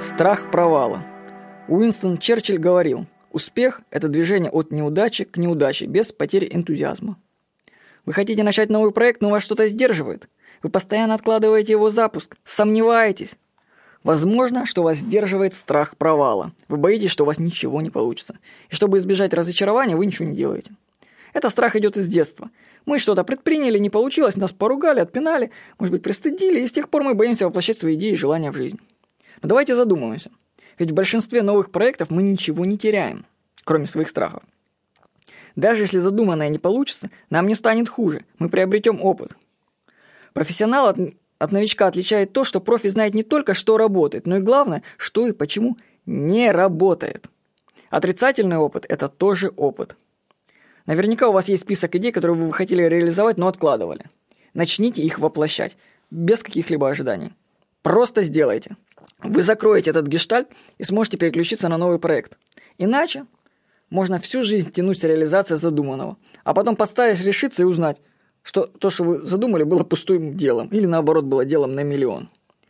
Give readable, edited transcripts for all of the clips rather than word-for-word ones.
Страх провала. Уинстон Черчилль говорил: успех – это движение от неудачи к неудаче без потери энтузиазма. Вы хотите начать новый проект, но вас что-то сдерживает. Вы постоянно откладываете его запуск, сомневаетесь. Возможно, что вас сдерживает страх провала. Вы боитесь, что у вас ничего не получится. И чтобы избежать разочарования, вы ничего не делаете. Этот страх идет из детства. Мы что-то предприняли, не получилось, нас поругали, отпинали, может быть, пристыдили, и с тех пор мы боимся воплощать свои идеи и желания в жизнь. Но давайте задумаемся. Ведь в большинстве новых проектов мы ничего не теряем, кроме своих страхов. Даже если задуманное не получится, нам не станет хуже, мы приобретем опыт. Профессионал от новичка отличает то, что профи знает не только, что работает, но и главное, что и почему не работает. Отрицательный опыт – это тоже опыт. Наверняка у вас есть список идей, которые вы хотели реализовать, но откладывали. Начните их воплощать, без каких-либо ожиданий. Просто сделайте. Вы закроете этот гештальт и сможете переключиться на новый проект. Иначе можно всю жизнь тянуть с реализацией задуманного, а потом подставить, решиться и узнать, что то, что вы задумали, было пустым делом, или наоборот, было делом на миллион.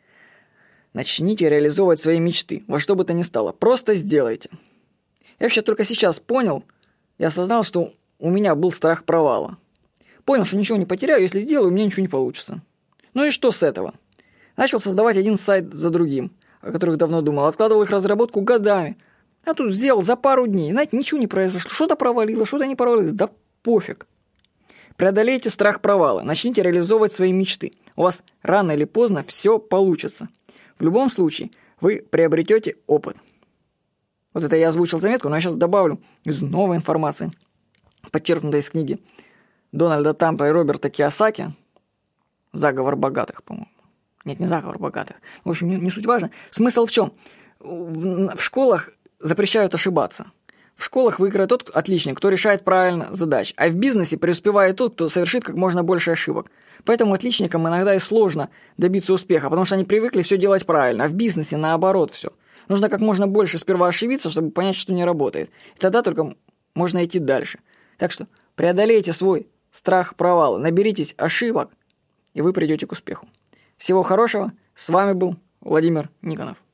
Начните реализовывать свои мечты, во что бы то ни стало. Просто сделайте. Я вообще только сейчас понял и осознал, что у меня был страх провала. Понял, что ничего не потеряю, если сделаю, у меня ничего не получится. Ну и что с этого? Начал создавать один сайт за другим, о которых давно думал, откладывал их разработку годами. А тут сделал за пару дней, знаете, ничего не произошло, что-то провалилось, что-то не провалилось, да пофиг. Преодолейте страх провала, начните реализовывать свои мечты. У вас рано или поздно все получится. В любом случае, вы приобретете опыт. Вот это я озвучил заметку, но я сейчас добавлю из новой информации, подчеркнутой из книги Дональда Трампа и Роберта Кийосаки «Заговор богатых», по-моему. Нет, не заговор богатых. В общем, не суть важно. Смысл в чем? В школах запрещают ошибаться. В школах выиграет тот отличник, кто решает правильно задачи. А в бизнесе преуспевает тот, кто совершит как можно больше ошибок. Поэтому отличникам иногда и сложно добиться успеха, потому что они привыкли все делать правильно. А в бизнесе наоборот все. Нужно как можно больше сперва ошибиться, чтобы понять, что не работает. И тогда только можно идти дальше. Так что преодолейте свой страх провала, наберитесь ошибок, и вы придете к успеху. Всего хорошего. С вами был Владимир Никонов.